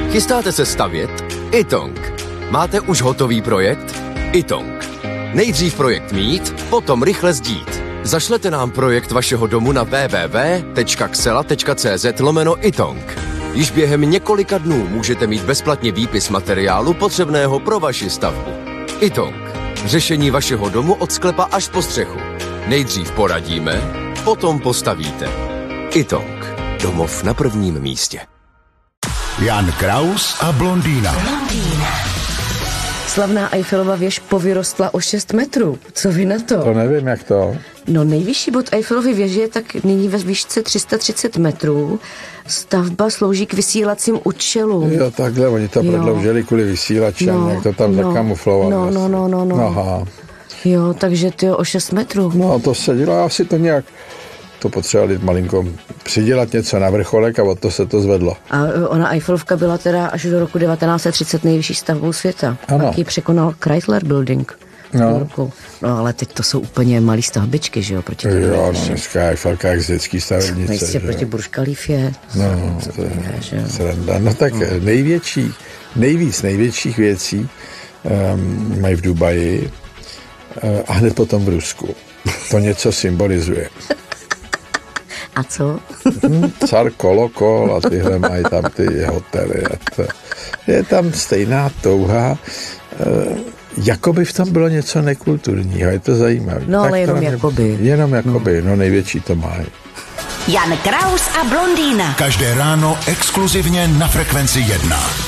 Chystáte se stavět? iTong. Máte už hotový projekt? iTong. Nejdřív projekt mít, potom rychle sdít. Zašlete nám projekt vašeho domu na www.xela.cz/iTong. Již během několika dnů můžete mít bezplatně výpis materiálu potřebného pro vaši stavbu. iTong. Řešení vašeho domu od sklepa až po střechu. Nejdřív poradíme, potom postavíte. iTong. Domov na prvním místě. Jan Kraus a blondýna. Slavná Eiffelova věž povyrostla o 6 metrů. Co vy na to? To nevím, jak to. No nejvyšší bod Eiffelovy věže je tak nyní ve výšce 330 metrů. Stavba slouží k vysílacím účelům. Jo, takhle, oni to prodloužili kvůli vysílačem, jak to tam zakamuflovali. No. Aha. Jo, takže ty o 6 metrů. No, to se dělá asi to nějak. To potřebovali malinko přidělat něco na vrcholek a od to se to zvedlo. A ona Eiffelovka byla teda až do roku 1930 nejvyšší stavbou světa. Ano. Pak ji překonal Chrysler Building. No. No ale teď to jsou úplně malý stavbičky, že jo? Proti jo, no, dneska Eiffelka jak z dětský stavebnice. Nejste proti Burj Khalifě. No, to je sranda. No tak největších věcí mají v Dubaji a hned potom v Rusku. To něco symbolizuje. A co? Car Kolokol a tyhle mají tam ty hotely. Je tam stejná touha, jako by v tom bylo něco nekulturního. Je to zajímavé. No ale tak jenom jakoby. Jenom jakoby, no největší to mají. Jan Kraus a blondýna. Každé ráno exkluzivně na Frekvenci 1.